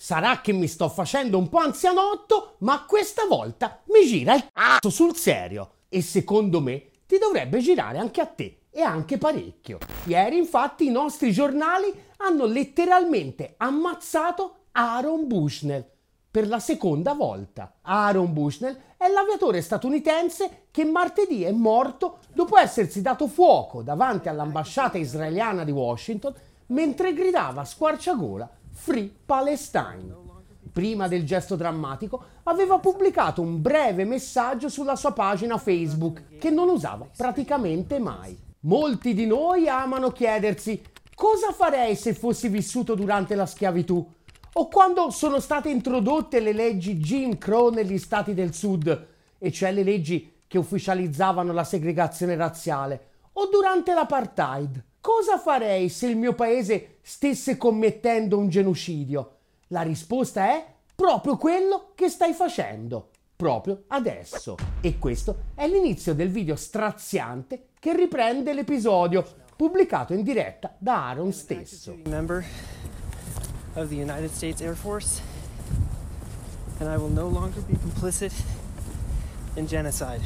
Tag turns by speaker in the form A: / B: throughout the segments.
A: Sarà che mi sto facendo un po' anzianotto, ma questa volta mi gira il c***o sul serio. E secondo me ti dovrebbe girare anche a te, e anche parecchio. Ieri infatti i nostri giornali hanno letteralmente ammazzato Aaron Bushnell per la seconda volta. Aaron Bushnell è l'aviatore statunitense che martedì è morto dopo essersi dato fuoco davanti all'ambasciata israeliana di Washington mentre gridava a squarciagola Free Palestine. Prima del gesto drammatico aveva pubblicato un breve messaggio sulla sua pagina Facebook che non usava praticamente mai. Molti di noi amano chiedersi cosa farei se fossi vissuto durante la schiavitù o quando sono state introdotte le leggi Jim Crow negli stati del sud, e cioè le leggi che ufficializzavano la segregazione razziale, o durante l'apartheid. Cosa farei se il mio paese stesse commettendo un genocidio? La risposta è proprio quello che stai facendo, proprio adesso. E questo è l'inizio del video straziante che riprende l'episodio, pubblicato in diretta da Aaron stesso.
B: Member of the United States Air Force, and I will no longer be complicit in genocide.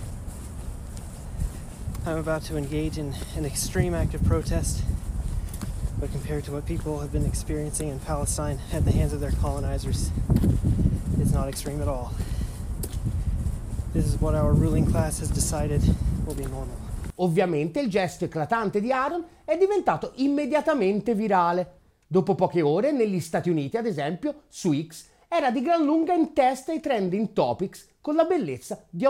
B: I'm about to engage in an extreme act of protest, but compared to what people have been experiencing in Palestine at the hands of their colonizers, it's not extreme at all. This is what our ruling class has decided will be normal.
A: Ovviamente il gesto eclatante di Aaron è diventato immediatamente virale. Dopo poche ore, negli Stati Uniti, ad esempio, su X, era di gran lunga in testa ai trending topics con la bellezza di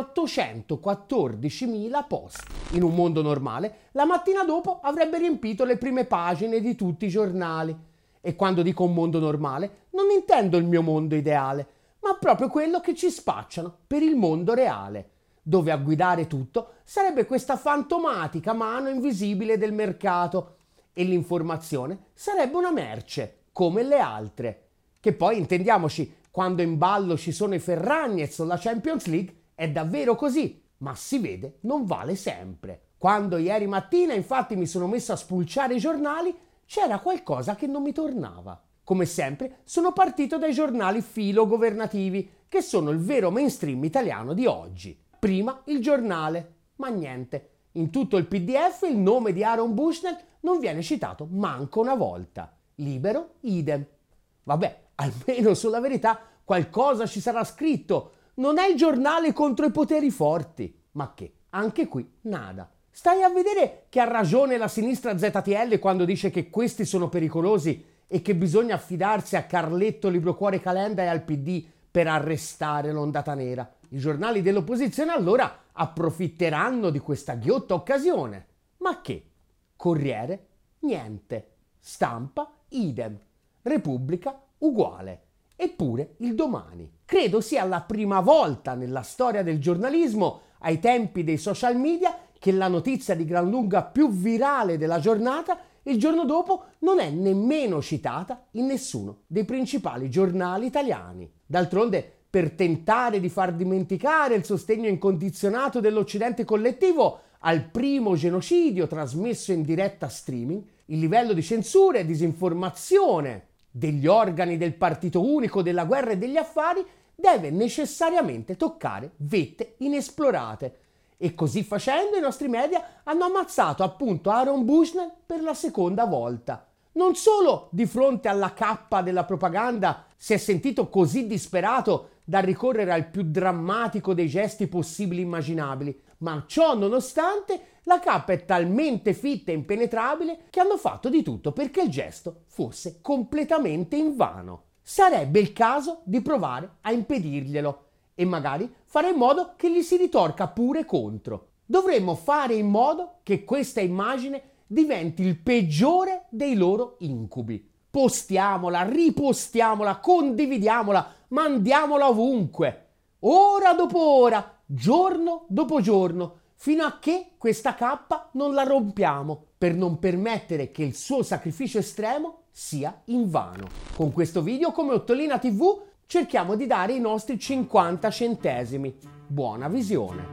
A: 814.000 post. In un mondo normale, la mattina dopo avrebbe riempito le prime pagine di tutti i giornali. E quando dico un mondo normale, non intendo il mio mondo ideale, ma proprio quello che ci spacciano per il mondo reale, dove a guidare tutto sarebbe questa fantomatica mano invisibile del mercato e l'informazione sarebbe una merce, come le altre. Che poi, intendiamoci, quando in ballo ci sono i Ferragnez o la Champions League, è davvero così, ma si vede, non vale sempre. Quando ieri mattina infatti mi sono messo a spulciare i giornali, c'era qualcosa che non mi tornava. Come sempre, sono partito dai giornali filogovernativi, che sono il vero mainstream italiano di oggi. Prima il Giornale, ma niente. In tutto il PDF il nome di Aaron Bushnell non viene citato manco una volta. Libero, idem. Vabbè, almeno sulla Verità qualcosa ci sarà scritto. Non è il giornale contro i poteri forti. Ma che? Anche qui nada. Stai a vedere che ha ragione la sinistra ZTL quando dice che questi sono pericolosi e che bisogna affidarsi a Carletto, Librocuore Calenda e al PD per arrestare l'ondata nera. I giornali dell'opposizione allora approfitteranno di questa ghiotta occasione. Ma che? Corriere? Niente. Stampa? Idem. Repubblica? Uguale. Eppure il Domani. Credo sia la prima volta nella storia del giornalismo, ai tempi dei social media, che la notizia di gran lunga più virale della giornata il giorno dopo non è nemmeno citata in nessuno dei principali giornali italiani. D'altronde, per tentare di far dimenticare il sostegno incondizionato dell'Occidente collettivo al primo genocidio trasmesso in diretta streaming, il livello di censura e disinformazione degli organi del partito unico della guerra e degli affari deve necessariamente toccare vette inesplorate. E così facendo i nostri media hanno ammazzato appunto Aaron Bushnell per la seconda volta. Non solo di fronte alla cappa della propaganda si è sentito così disperato da ricorrere al più drammatico dei gesti possibili e immaginabili, ma ciò nonostante la cappa è talmente fitta e impenetrabile che hanno fatto di tutto perché il gesto fosse completamente invano. Sarebbe il caso di provare a impedirglielo e magari fare in modo che gli si ritorca pure contro. Dovremmo fare in modo che questa immagine diventi il peggiore dei loro incubi. Postiamola, ripostiamola, condividiamola, mandiamola ovunque, ora dopo ora, giorno dopo giorno, fino a che questa cappa non la rompiamo, per non permettere che il suo sacrificio estremo sia invano. Con questo video, come Ottolina TV, cerchiamo di dare i nostri 50 centesimi. Buona visione!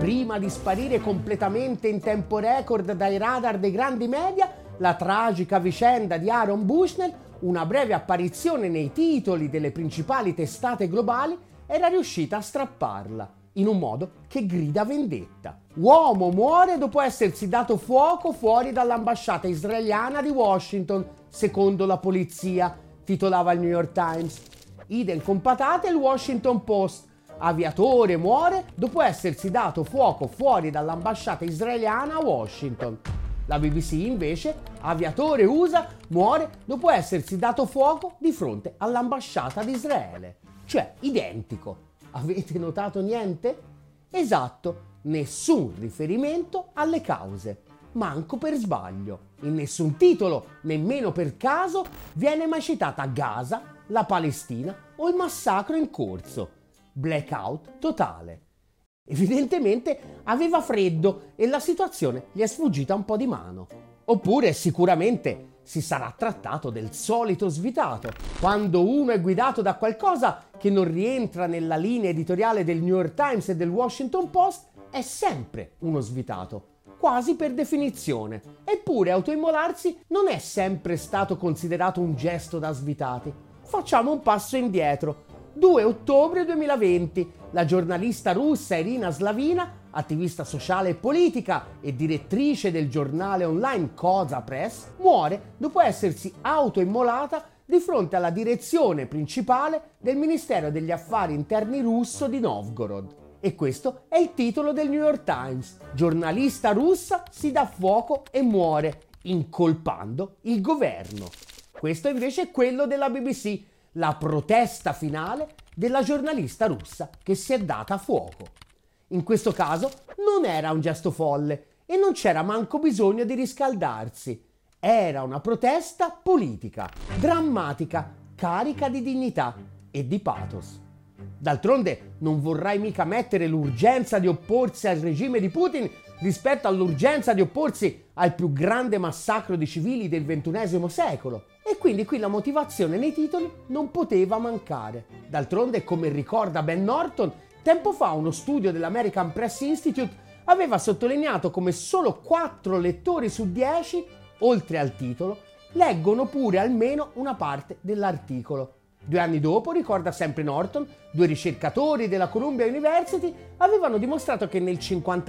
A: prima di sparire completamente in tempo record dai radar dei grandi media, la tragica vicenda di Aaron Bushnell, una breve apparizione nei titoli delle principali testate globali, era riuscita a strapparla, in un modo che grida vendetta. Uomo muore dopo essersi dato fuoco fuori dall'ambasciata israeliana di Washington, secondo la polizia, titolava il New York Times. Idem con patate il Washington Post. Aviatore muore dopo essersi dato fuoco fuori dall'ambasciata israeliana a Washington. La BBC invece, aviatore USA muore dopo essersi dato fuoco di fronte all'ambasciata di Israele. Cioè, identico. Avete notato niente? Esatto, nessun riferimento alle cause. Manco per sbaglio. In nessun titolo, nemmeno per caso, viene mai citata Gaza, la Palestina o il massacro in corso. Blackout totale. Evidentemente aveva freddo e la situazione gli è sfuggita un po' di mano. Oppure sicuramente si sarà trattato del solito svitato. Quando uno è guidato da qualcosa che non rientra nella linea editoriale del New York Times e del Washington Post, è sempre uno svitato, quasi per definizione. Eppure autoimmolarsi non è sempre stato considerato un gesto da svitati. Facciamo un passo indietro. 2 ottobre 2020, la giornalista russa Irina Slavina, attivista sociale e politica e direttrice del giornale online Koza Press, muore dopo essersi autoimmolata di fronte alla direzione principale del Ministero degli Affari Interni russo di Novgorod. E questo è il titolo del New York Times. Giornalista russa si dà fuoco e muore, incolpando il governo. Questo invece è quello della BBC, la protesta finale della giornalista russa che si è data fuoco. In questo caso non era un gesto folle e non c'era manco bisogno di riscaldarsi. Era una protesta politica, drammatica, carica di dignità e di pathos. D'altronde non vorrai mica mettere l'urgenza di opporsi al regime di Putin rispetto all'urgenza di opporsi al più grande massacro di civili del XXI secolo. E quindi qui la motivazione nei titoli non poteva mancare. D'altronde, come ricorda Ben Norton, tempo fa uno studio dell'American Press Institute aveva sottolineato come solo 4 lettori su 10, oltre al titolo, leggono pure almeno una parte dell'articolo. 2 anni dopo, ricorda sempre Norton, 2 ricercatori della Columbia University avevano dimostrato che nel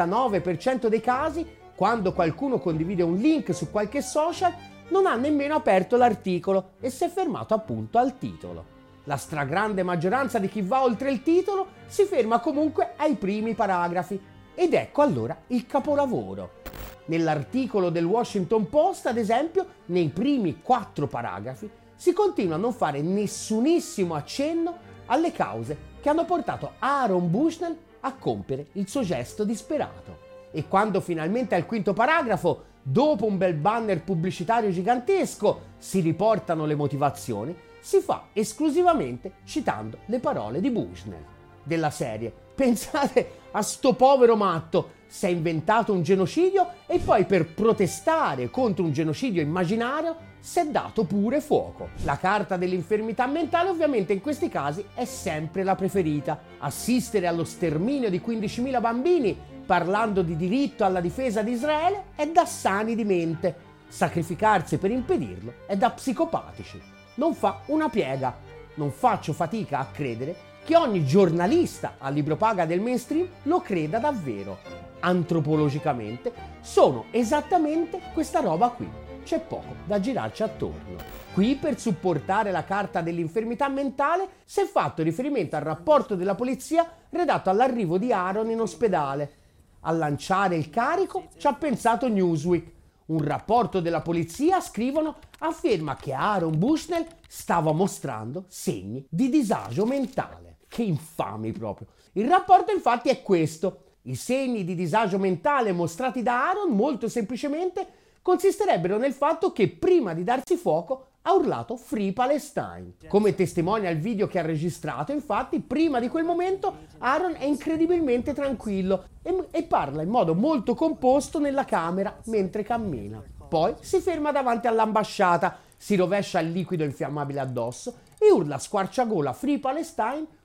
A: 59% dei casi, quando qualcuno condivide un link su qualche social, non ha nemmeno aperto l'articolo e si è fermato appunto al titolo. La stragrande maggioranza di chi va oltre il titolo si ferma comunque ai primi paragrafi. Ed ecco allora il capolavoro. Nell'articolo del Washington Post, ad esempio, nei primi 4 paragrafi, si continua a non fare nessunissimo accenno alle cause che hanno portato Aaron Bushnell a compiere il suo gesto disperato. E quando finalmente al 5° paragrafo, dopo un bel banner pubblicitario gigantesco, si riportano le motivazioni, si fa esclusivamente citando le parole di Bushnell. Della serie: pensate a sto povero matto, si è inventato un genocidio e poi per protestare contro un genocidio immaginario si è dato pure fuoco. La carta dell'infermità mentale ovviamente in questi casi è sempre la preferita. Assistere allo sterminio di 15.000 bambini parlando di diritto alla difesa di Israele è da sani di mente. Sacrificarsi per impedirlo è da psicopatici. Non fa una piega. Non faccio fatica a credere che ogni giornalista a libro paga del mainstream lo creda davvero. Antropologicamente sono esattamente questa roba qui. C'è poco da girarci attorno. Qui, per supportare la carta dell'infermità mentale, si è fatto riferimento al rapporto della polizia redatto all'arrivo di Aaron in ospedale. A lanciare il carico ci ha pensato Newsweek. Un rapporto della polizia, scrivono, afferma che Aaron Bushnell stava mostrando segni di disagio mentale. Che infami proprio. Il rapporto infatti è questo. I segni di disagio mentale mostrati da Aaron molto semplicemente consisterebbero nel fatto che prima di darsi fuoco ha urlato Free Palestine. Come testimonia il video che ha registrato, infatti, prima di quel momento Aaron è incredibilmente tranquillo e parla in modo molto composto nella camera mentre cammina. Poi si ferma davanti all'ambasciata, si rovescia il liquido infiammabile addosso e urla a squarciagola Free Palestine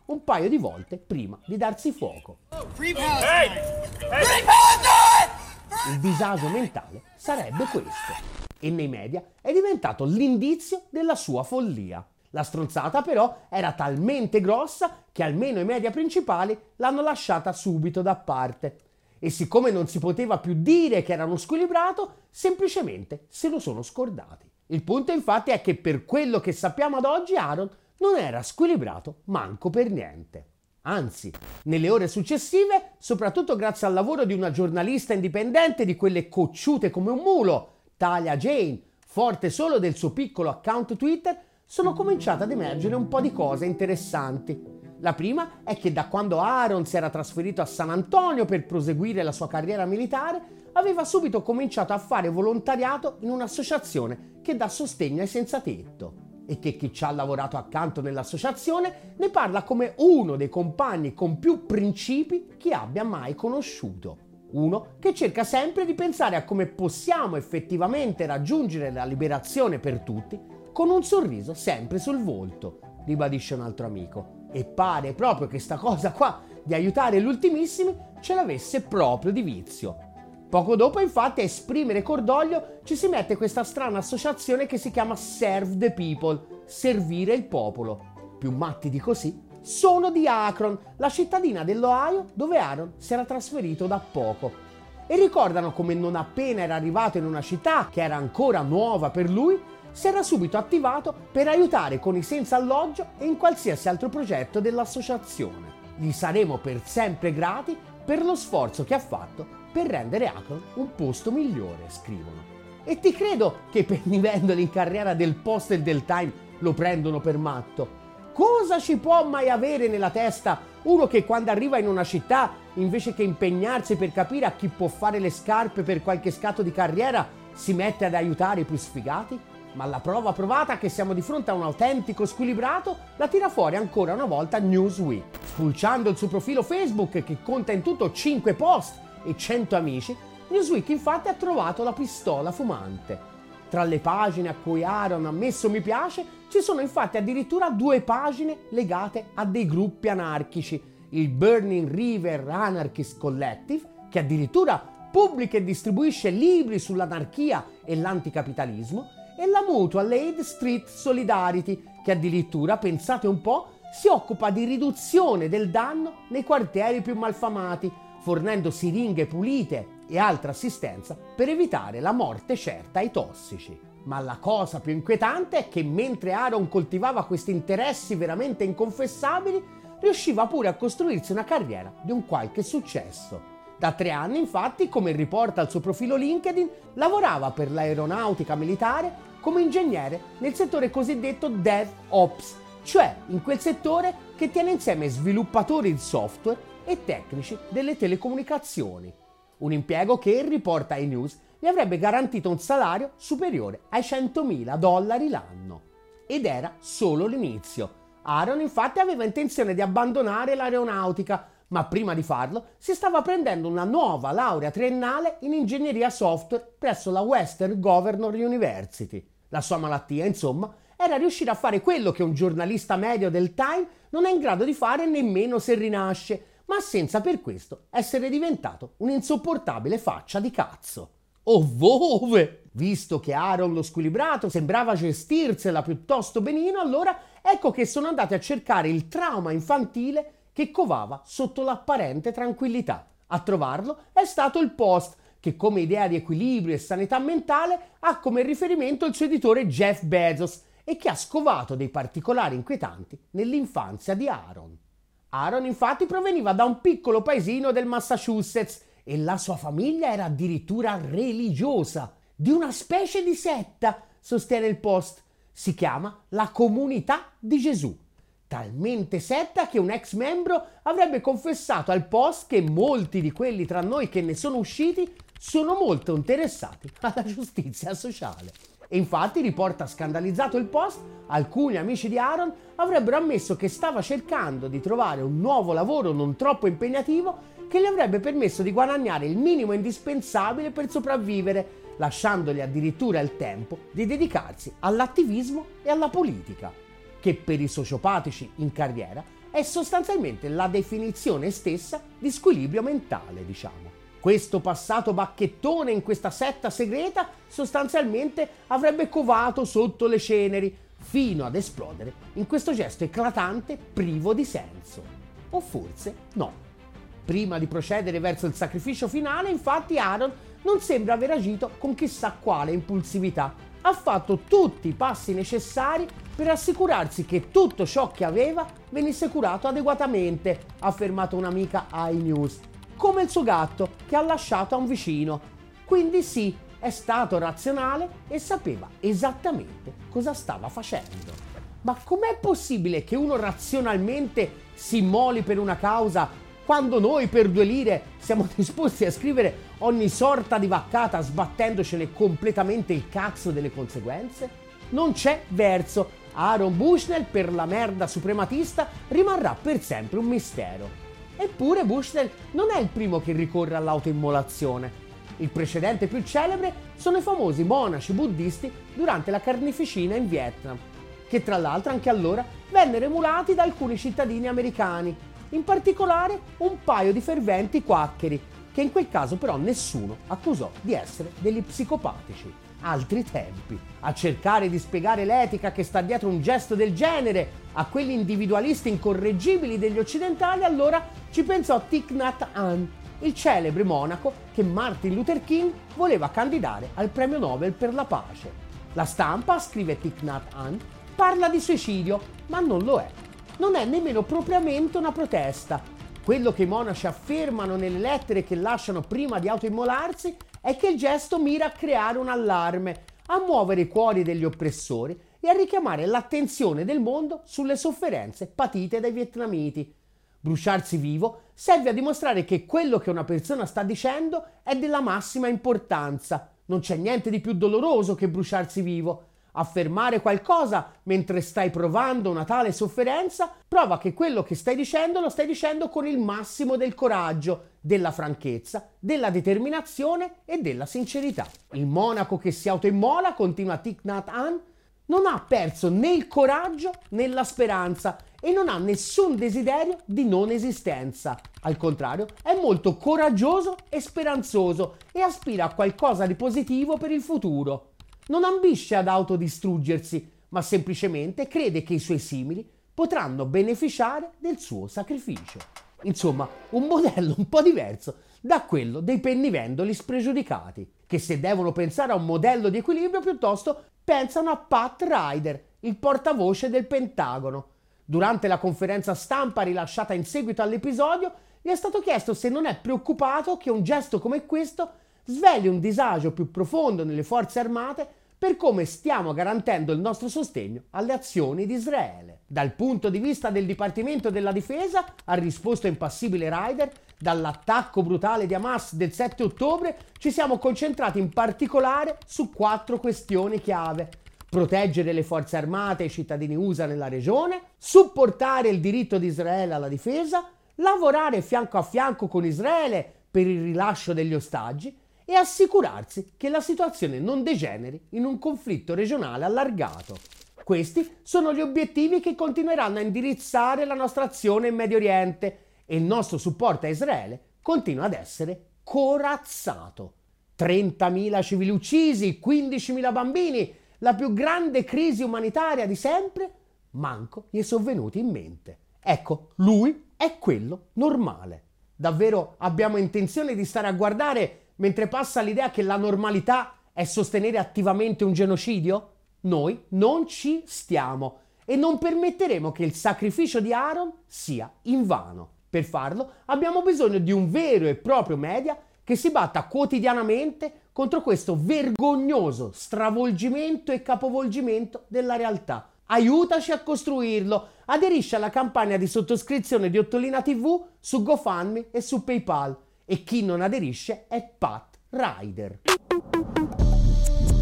A: un paio di volte prima di darsi fuoco. Il disagio mentale sarebbe questo, e nei media è diventato l'indizio della sua follia. La stronzata però era talmente grossa che almeno i media principali l'hanno lasciata subito da parte. E siccome non si poteva più dire che era uno squilibrato, semplicemente se lo sono scordati. Il punto infatti è che per quello che sappiamo ad oggi Aaron non era squilibrato manco per niente. Anzi, nelle ore successive, soprattutto grazie al lavoro di una giornalista indipendente di quelle cocciute come un mulo, Talia Jane, forte solo del suo piccolo account Twitter, sono cominciate ad emergere un po' di cose interessanti. La prima è che da quando Aaron si era trasferito a San Antonio per proseguire la sua carriera militare, aveva subito cominciato a fare volontariato in un'associazione che dà sostegno ai senza tetto e che chi ci ha lavorato accanto nell'associazione ne parla come uno dei compagni con più principi che abbia mai conosciuto. Uno che cerca sempre di pensare a come possiamo effettivamente raggiungere la liberazione per tutti con un sorriso sempre sul volto, ribadisce un altro amico. E pare proprio che sta cosa qua di aiutare gli ultimissimi ce l'avesse proprio di vizio. Poco dopo, infatti, a esprimere cordoglio ci si mette questa strana associazione che si chiama Serve the People, servire il popolo. Più matti di così sono di Akron, la cittadina dell'Ohio dove Aaron si era trasferito da poco. E ricordano come non appena era arrivato in una città che era ancora nuova per lui, si era subito attivato per aiutare con i senza alloggio e in qualsiasi altro progetto dell'associazione. Gli saremo per sempre grati per lo sforzo che ha fatto per rendere Akron un posto migliore, scrivono. E ti credo che per i vendoli in carriera del Post e del Time lo prendono per matto. Cosa ci può mai avere nella testa uno che quando arriva in una città, invece che impegnarsi per capire a chi può fare le scarpe per qualche scatto di carriera, si mette ad aiutare i più sfigati? Ma la prova provata che siamo di fronte a un autentico squilibrato la tira fuori ancora una volta Newsweek. Spulciando il suo profilo Facebook, che conta in tutto 5 post e 100 amici, Newsweek infatti ha trovato la pistola fumante. Tra le pagine a cui Aaron ha messo mi piace, ci sono infatti addirittura 2 pagine legate a dei gruppi anarchici, il Burning River Anarchist Collective, che addirittura pubblica e distribuisce libri sull'anarchia e l'anticapitalismo, e la Mutual Aid Street Solidarity, che addirittura, pensate un po', si occupa di riduzione del danno nei quartieri più malfamati, fornendo siringhe pulite e altra assistenza per evitare la morte certa ai tossici. Ma la cosa più inquietante è che mentre Aaron coltivava questi interessi veramente inconfessabili, riusciva pure a costruirsi una carriera di un qualche successo. Da 3 anni, infatti, come riporta il suo profilo LinkedIn, lavorava per l'aeronautica militare come ingegnere nel settore cosiddetto DevOps, cioè in quel settore che tiene insieme sviluppatori di software e tecnici delle telecomunicazioni. Un impiego che, riporta iNews, gli avrebbe garantito un salario superiore ai $100.000 l'anno. Ed era solo l'inizio. Aaron infatti aveva intenzione di abbandonare l'aeronautica, ma prima di farlo si stava prendendo una nuova laurea triennale in ingegneria software presso la Western Governor University. La sua malattia, insomma, era riuscire a fare quello che un giornalista medio del Time non è in grado di fare nemmeno se rinasce, ma senza per questo essere diventato un'insopportabile faccia di cazzo. Ovvove! Visto che Aaron lo squilibrato sembrava gestirsela piuttosto benino, allora ecco che sono andati a cercare il trauma infantile che covava sotto l'apparente tranquillità. A trovarlo è stato il Post, che come idea di equilibrio e sanità mentale ha come riferimento il suo editore Jeff Bezos e che ha scovato dei particolari inquietanti nell'infanzia di Aaron. Aaron infatti proveniva da un piccolo paesino del Massachusetts e la sua famiglia era addirittura religiosa, di una specie di setta, sostiene il Post. Si chiama la Comunità di Gesù. Talmente setta che un ex membro avrebbe confessato al Post che molti di quelli tra noi che ne sono usciti sono molto interessati alla giustizia sociale. E infatti, riporta scandalizzato il Post, alcuni amici di Aaron avrebbero ammesso che stava cercando di trovare un nuovo lavoro non troppo impegnativo che gli avrebbe permesso di guadagnare il minimo indispensabile per sopravvivere, lasciandogli addirittura il tempo di dedicarsi all'attivismo e alla politica, che per i sociopatici in carriera è sostanzialmente la definizione stessa di squilibrio mentale, diciamo. Questo passato bacchettone in questa setta segreta sostanzialmente avrebbe covato sotto le ceneri fino ad esplodere in questo gesto eclatante privo di senso. O forse no. Prima di procedere verso il sacrificio finale, infatti, Aaron non sembra aver agito con chissà quale impulsività. Ha fatto tutti i passi necessari per assicurarsi che tutto ciò che aveva venisse curato adeguatamente, ha affermato un'amica iNews, come il suo gatto che ha lasciato a un vicino. Quindi sì, è stato razionale e sapeva esattamente cosa stava facendo. Ma com'è possibile che uno razionalmente si immoli per una causa quando noi per 2 lire siamo disposti a scrivere ogni sorta di vaccata sbattendocene completamente il cazzo delle conseguenze? Non c'è verso. Aaron Bushnell, per la merda suprematista, rimarrà per sempre un mistero. Eppure Bushnell non è il primo che ricorre all'autoimmolazione. Il precedente più celebre sono i famosi monaci buddisti durante la carneficina in Vietnam, che tra l'altro anche allora vennero emulati da alcuni cittadini americani, in particolare un paio di ferventi quaccheri, che in quel caso però nessuno accusò di essere degli psicopatici. Altri tempi. A cercare di spiegare l'etica che sta dietro un gesto del genere a quelli individualisti incorreggibili degli occidentali, allora ci pensò Thich Nhat Hanh, il celebre monaco che Martin Luther King voleva candidare al premio Nobel per la pace. La stampa, scrive Thich Nhat Hanh, parla di suicidio, ma non lo è. Non è nemmeno propriamente una protesta. Quello che i monaci affermano nelle lettere che lasciano prima di autoimmolarsi è che il gesto mira a creare un allarme, a muovere i cuori degli oppressori e a richiamare l'attenzione del mondo sulle sofferenze patite dai vietnamiti. Bruciarsi vivo serve a dimostrare che quello che una persona sta dicendo è della massima importanza. Non c'è niente di più doloroso che bruciarsi vivo. Affermare qualcosa mentre stai provando una tale sofferenza prova che quello che stai dicendo lo stai dicendo con il massimo del coraggio, della franchezza, della determinazione e della sincerità. Il monaco che si autoimmola, continua Thich Nhat Hanh, non ha perso né il coraggio né la speranza e non ha nessun desiderio di non esistenza. Al contrario, è molto coraggioso e speranzoso e aspira a qualcosa di positivo per il futuro. Non ambisce ad autodistruggersi, ma semplicemente crede che i suoi simili potranno beneficiare del suo sacrificio. Insomma, un modello un po' diverso da quello dei pennivendoli spregiudicati, che se devono pensare a un modello di equilibrio piuttosto pensano a Pat Ryder, il portavoce del Pentagono. Durante la conferenza stampa rilasciata in seguito all'episodio, gli è stato chiesto se non è preoccupato che un gesto come questo sveli un disagio più profondo nelle forze armate per come stiamo garantendo il nostro sostegno alle azioni di Israele. Dal punto di vista del Dipartimento della Difesa, ha risposto impassibile Ryder, dall'attacco brutale di Hamas del 7 ottobre ci siamo concentrati in particolare su 4 questioni chiave: proteggere le forze armate e i cittadini USA nella regione, supportare il diritto di Israele alla difesa, lavorare fianco a fianco con Israele per il rilascio degli ostaggi e assicurarsi che la situazione non degeneri in un conflitto regionale allargato. Questi sono gli obiettivi che continueranno a indirizzare la nostra azione in Medio Oriente e il nostro supporto a Israele continua ad essere corazzato. 30.000 civili uccisi, 15.000 bambini, la più grande crisi umanitaria di sempre, manco gli è sovvenuti in mente. Ecco, lui è quello normale. Davvero abbiamo intenzione di stare a guardare mentre passa l'idea che la normalità è sostenere attivamente un genocidio? Noi non ci stiamo e non permetteremo che il sacrificio di Aaron sia invano. Per farlo abbiamo bisogno di un vero e proprio media che si batta quotidianamente contro questo vergognoso stravolgimento e capovolgimento della realtà. Aiutaci a costruirlo. Aderisci alla campagna di sottoscrizione di Ottolina TV su GoFundMe e su PayPal. E chi non aderisce è Pat Ryder.